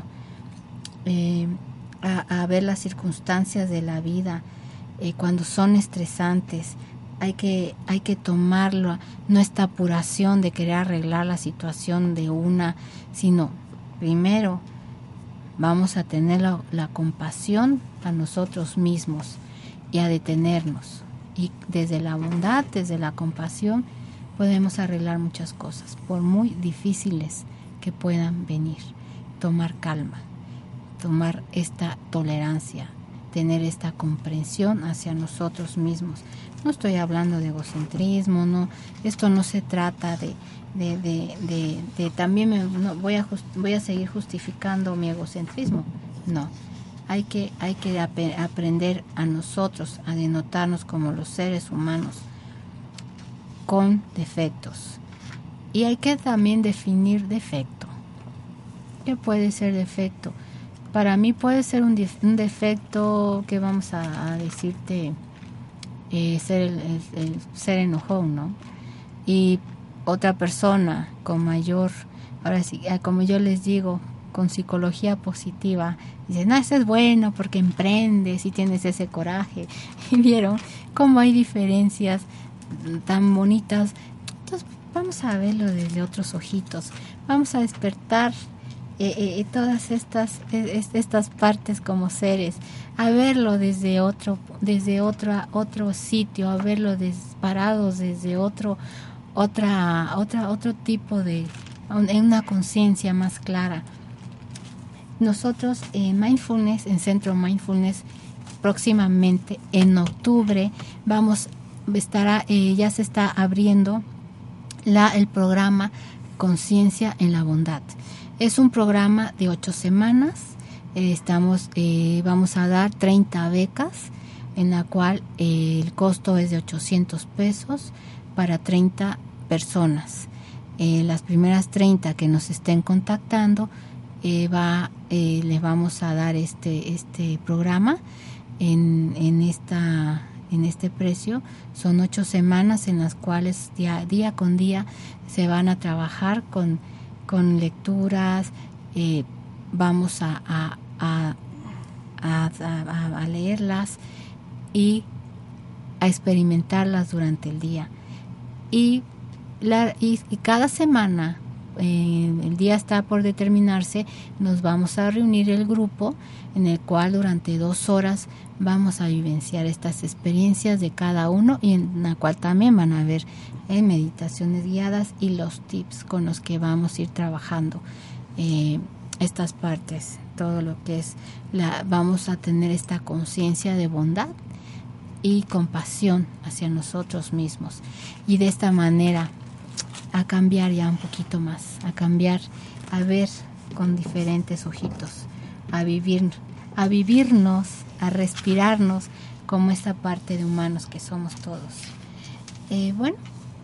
eh, a, a ver las circunstancias de la vida eh, cuando son estresantes. Hay que, hay que tomarlo, no esta apuración de querer arreglar la situación de una, sino primero vamos a tener la, la compasión a nosotros mismos y a detenernos. Y desde la bondad, desde la compasión, podemos arreglar muchas cosas, por muy difíciles que puedan venir. Tomar calma, tomar esta tolerancia, tener esta comprensión hacia nosotros mismos. No estoy hablando de egocentrismo, no, esto no se trata de, de, de, de, de también me, no, voy, a just, voy a seguir justificando mi egocentrismo, no. Hay que, hay que ap aprender a nosotros a denotarnos como los seres humanos con defectos. Y hay que también definir defecto. ¿Qué puede ser defecto? Para mí puede ser un, un defecto que vamos a, a decirte eh, ser el, el, el ser enojón, ¿no? Y otra persona con mayor, ahora sí, como yo les digo, con psicología positiva, dicen, no, eso es bueno porque emprendes y tienes ese coraje. Y vieron cómo hay diferencias tan bonitas. Entonces vamos a verlo desde otros ojitos, vamos a despertar eh, eh, todas estas eh, estas partes como seres, a verlo desde otro desde otro otro sitio, a verlo des, parados desde otro otra otra otro tipo de en una conciencia más clara. Nosotros en Mindfulness, en Centro Mindfulness, próximamente en octubre vamos estará eh, ya se está abriendo la el programa Conciencia en la Bondad. Es un programa de ocho semanas. Eh, estamos eh, vamos a dar treinta becas, en la cual eh, el costo es de ochocientos pesos para treinta personas. Eh, las primeras treinta que nos estén contactando eh, va eh, les vamos a dar este este programa en en esta en este precio. Son ocho semanas en las cuales día, día con día se van a trabajar con, con lecturas, eh, vamos a, a, a, a, a, a leerlas y a experimentarlas durante el día. Y, la, y, y cada semana, eh, el día está por determinarse, nos vamos a reunir el grupo en el cual durante dos horas vamos a vivenciar estas experiencias de cada uno y en la cual también van a haber eh, meditaciones guiadas y los tips con los que vamos a ir trabajando eh, estas partes, todo lo que es la, vamos a tener esta conciencia de bondad y compasión hacia nosotros mismos y de esta manera a cambiar ya un poquito más, a cambiar, a ver con diferentes ojitos, a vivir, a vivirnos, a respirarnos como esta parte de humanos que somos todos. Eh, bueno,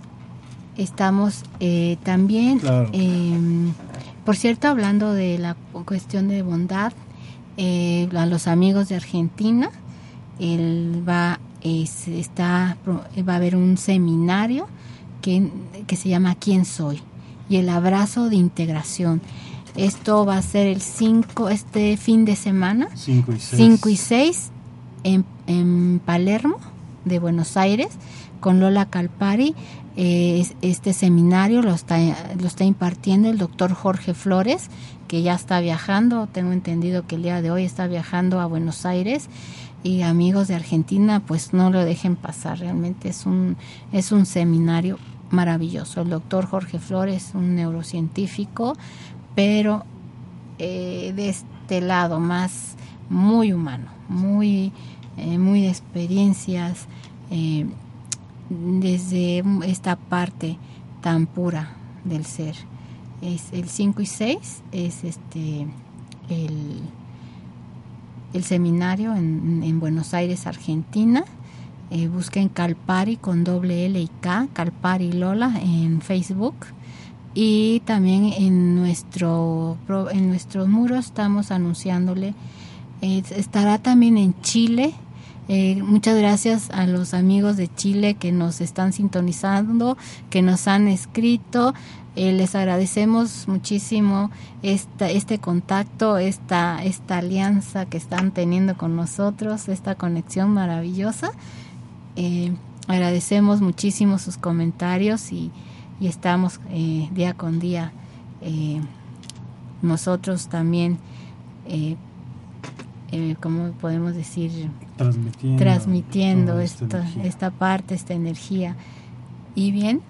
estamos eh, también, claro. eh, por cierto, hablando de la cuestión de bondad, eh, a los amigos de Argentina, él va, eh, está, va a haber un seminario que, que se llama ¿Quién soy? Y el abrazo de integración. Esto va a ser el cinco, este fin de semana, cinco y seis, cinco y seis en, en Palermo, de Buenos Aires, con Lola Calpari. Eh, este seminario lo está, lo está impartiendo el doctor Jorge Flores, que ya está viajando, tengo entendido que el día de hoy está viajando a Buenos Aires. Y amigos de Argentina, pues no lo dejen pasar, realmente es un, es un seminario maravilloso. El doctor Jorge Flores, un neurocientífico, pero eh, de este lado más muy humano, muy, eh, muy de experiencias, eh, desde esta parte tan pura del ser. Es el cinco y seis, es este el, el seminario en, en Buenos Aires, Argentina. Eh, busquen Calpari con doble L y K, Calpari Lola en Facebook. Y también en nuestro en nuestro muro estamos anunciándole, eh, estará también en Chile. Eh, muchas gracias a los amigos de Chile que nos están sintonizando, que nos han escrito. Eh, les agradecemos muchísimo esta, este contacto, esta, esta alianza que están teniendo con nosotros, esta conexión maravillosa. Eh, agradecemos muchísimo sus comentarios y, y estamos eh, día con día eh, nosotros también, eh, eh, ¿cómo podemos decir? Transmitiendo, transmitiendo esta, esta, esta parte, esta energía. Y bien,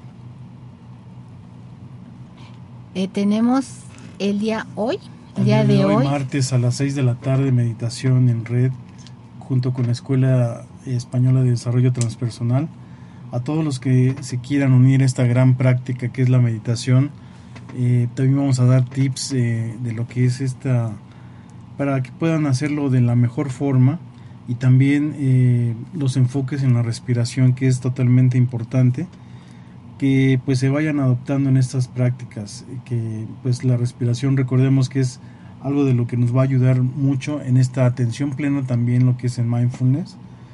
eh, tenemos el día hoy, el, el día, día de, de hoy, hoy, martes a las seis de la tarde, meditación en red, junto con la Escuela Española de Desarrollo Transpersonal. A todos los que se quieran unir a esta gran práctica que es la meditación, eh, también vamos a dar tips eh, de lo que es esta, para que puedan hacerlo de la mejor forma, y también eh, los enfoques en la respiración, que es totalmente importante que pues se vayan adoptando en estas prácticas, que pues la respiración, recordemos que es algo de lo que nos va a ayudar mucho en esta atención plena, también lo que es en mindfulness.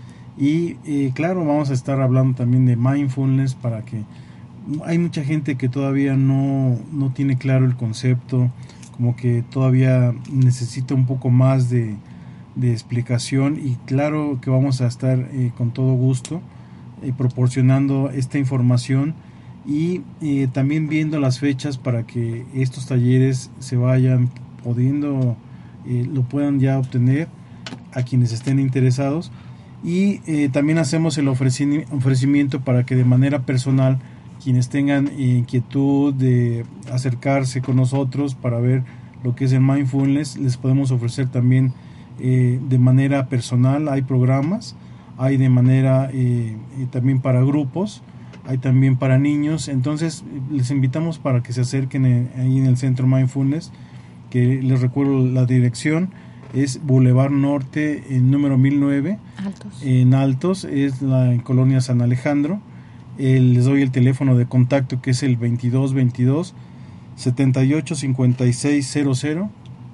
Y eh, claro, vamos a estar hablando también de mindfulness, para que hay mucha gente que todavía no, no tiene claro el concepto, como que todavía necesita un poco más de, de explicación, y claro que vamos a estar eh, con todo gusto eh, proporcionando esta información, y eh, también viendo las fechas para que estos talleres se vayan pudiendo, eh, lo puedan ya obtener a quienes estén interesados. Y eh, también hacemos el ofreci- ofrecimiento para que de manera personal, quienes tengan inquietud de acercarse con nosotros para ver lo que es el mindfulness, les podemos ofrecer también eh, de manera personal. Hay programas, hay de manera eh, también para grupos, hay también para niños. Entonces les invitamos para que se acerquen en, ahí en el Centro Mindfulness, que les recuerdo la dirección es Boulevard Norte, en número mil nueve, Altos. En Altos, es la en Colonia San Alejandro. Eh, les doy el teléfono de contacto, que es el veintidós veintidós setenta y ocho cincuenta y seis cero cero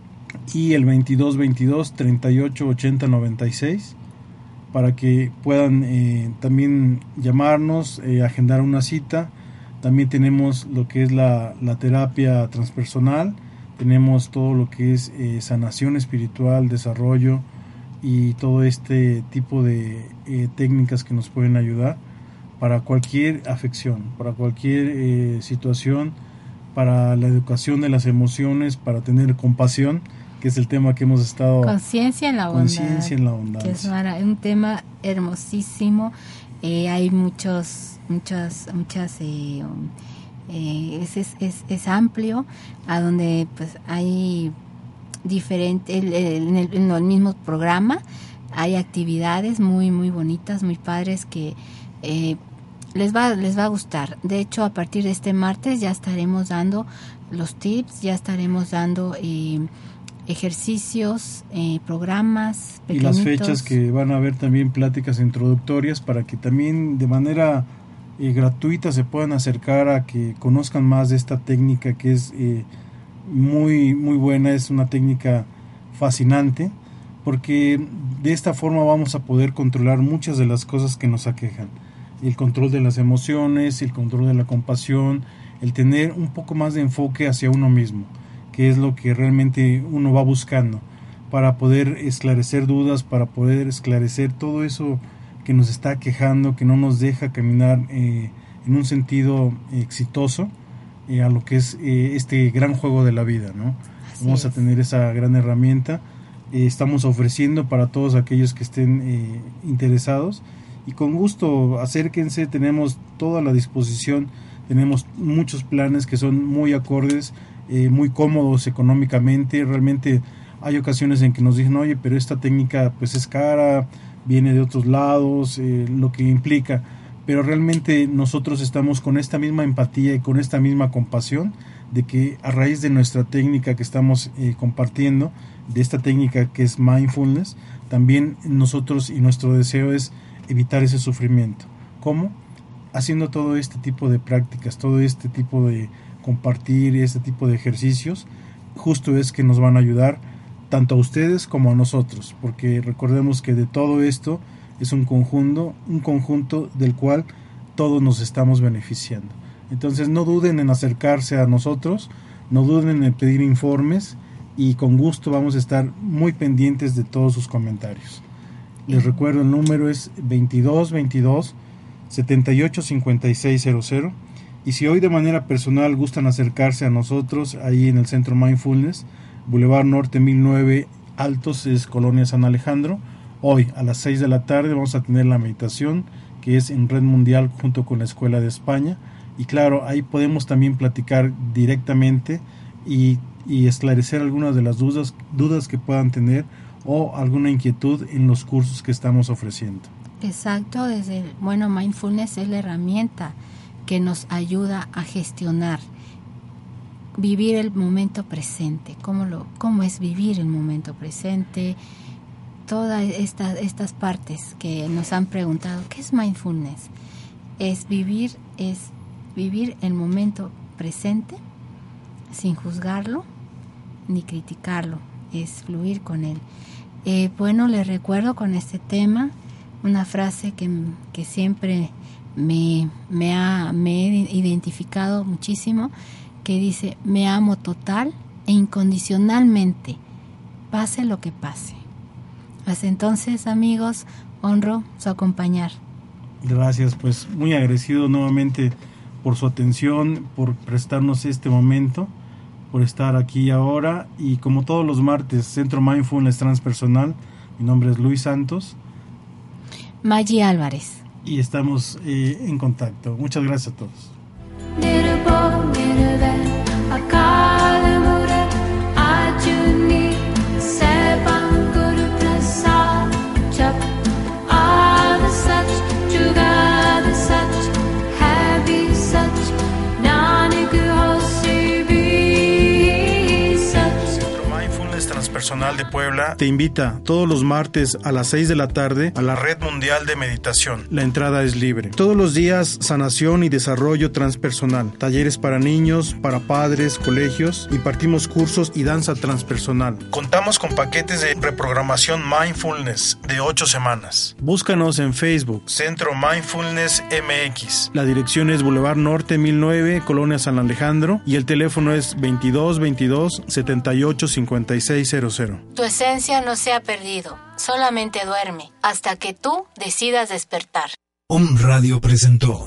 y el veintidós veintidós treinta y ocho ochenta noventa y seis, para que puedan eh, también llamarnos, eh, agendar una cita. También tenemos lo que es la, la terapia transpersonal. Tenemos todo lo que es eh, sanación espiritual, desarrollo y todo este tipo de eh, técnicas que nos pueden ayudar para cualquier afección, para cualquier eh, situación, para la educación de las emociones, para tener compasión, que es el tema que hemos estado... Conciencia en la bondad. Conciencia en la bondad. Que es un tema hermosísimo. Eh, hay muchos, muchas, muchas... Eh, um, Eh, es, es, es, es amplio, a donde pues hay diferente el, el, en, el, en el mismo programa hay actividades muy muy bonitas, muy padres, que eh, les va les va a gustar. De hecho, a partir de este martes ya estaremos dando los tips, ya estaremos dando eh, ejercicios, eh, programas pequeñitos. Y las fechas que van a haber también pláticas introductorias, para que también de manera Eh, gratuita se puedan acercar a que conozcan más de esta técnica, que es eh, muy muy buena. Es una técnica fascinante, porque de esta forma vamos a poder controlar muchas de las cosas que nos aquejan: el control de las emociones, el control de la compasión, el tener un poco más de enfoque hacia uno mismo. que es lo que realmente uno va buscando, para poder esclarecer dudas, para poder esclarecer todo eso que nos está quejando, que no nos deja caminar eh, en un sentido exitoso eh, a lo que es eh, este gran juego de la vida, ¿no? Así Vamos es. a tener esa gran herramienta. Eh, estamos ofreciendo para todos aquellos que estén eh, interesados, y con gusto acérquense, tenemos toda la disposición, tenemos muchos planes que son muy acordes, eh, muy cómodos económicamente. Realmente hay ocasiones en que nos dicen, oye, pero esta técnica pues es cara, viene de otros lados, eh, lo que implica, pero realmente nosotros estamos con esta misma empatía y con esta misma compasión de que a raíz de nuestra técnica que estamos eh, compartiendo, de esta técnica que es mindfulness, también nosotros y nuestro deseo es evitar ese sufrimiento. ¿Cómo? Haciendo todo este tipo de prácticas, todo este tipo de compartir, este tipo de ejercicios, justo es que nos van a ayudar tanto a ustedes como a nosotros, porque recordemos que de todo esto es un conjunto, un conjunto del cual todos nos estamos beneficiando. Entonces no duden en acercarse a nosotros, no duden en pedir informes, y con gusto vamos a estar muy pendientes de todos sus comentarios. Les recuerdo, el número es veintidós veintidós setenta y ocho cincuenta y seis cero cero, y si hoy de manera personal gustan acercarse a nosotros ahí en el Centro Mindfulness, Boulevard Norte mil nueve Altos, es Colonia San Alejandro, hoy a las seis de la tarde vamos a tener la meditación, que es en Red Mundial junto con la Escuela de España, y claro, ahí podemos también platicar directamente y, y esclarecer algunas de las dudas, dudas que puedan tener, o alguna inquietud en los cursos que estamos ofreciendo. Exacto, desde bueno, mindfulness es la herramienta que nos ayuda a gestionar, vivir el momento presente. ¿Cómo, lo, cómo es vivir el momento presente? Todas estas, estas partes que nos han preguntado, ¿qué es mindfulness? Es vivir, es vivir el momento presente sin juzgarlo ni criticarlo, es fluir con él. Eh, bueno, les recuerdo con este tema una frase que, que siempre me, me, ha, me he identificado muchísimo, que dice: me amo total e incondicionalmente, pase lo que pase. Hasta entonces, amigos, honro su acompañar. Gracias, pues muy agradecido nuevamente por su atención, por prestarnos este momento, por estar aquí ahora, y como todos los martes, Centro Mindfulness Transpersonal. Mi nombre es Luis Santos. Maggie Álvarez. Y estamos eh, en contacto. Muchas gracias a todos. Personal de Puebla te invita todos los martes a las seis de la tarde a la Red Mundial de Meditación. La entrada es libre. Todos los días, sanación y desarrollo transpersonal, talleres para niños, para padres, colegios, impartimos cursos y danza transpersonal. Contamos con paquetes de reprogramación Mindfulness de ocho semanas. Búscanos en Facebook, Centro Mindfulness M X. La dirección es Boulevard Norte mil nueve, Colonia San Alejandro, y el teléfono es veintidós veintidós setenta y ocho cincuenta y seis cero cero. Tu esencia no se ha perdido, solamente duerme hasta que tú decidas despertar. Om Radio presentó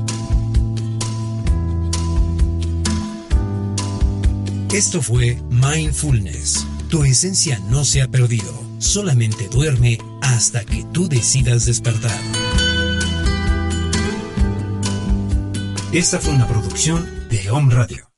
Esto fue Mindfulness. Tu esencia no se ha perdido, solamente duerme hasta que tú decidas despertar. Esta fue una producción de Om Radio.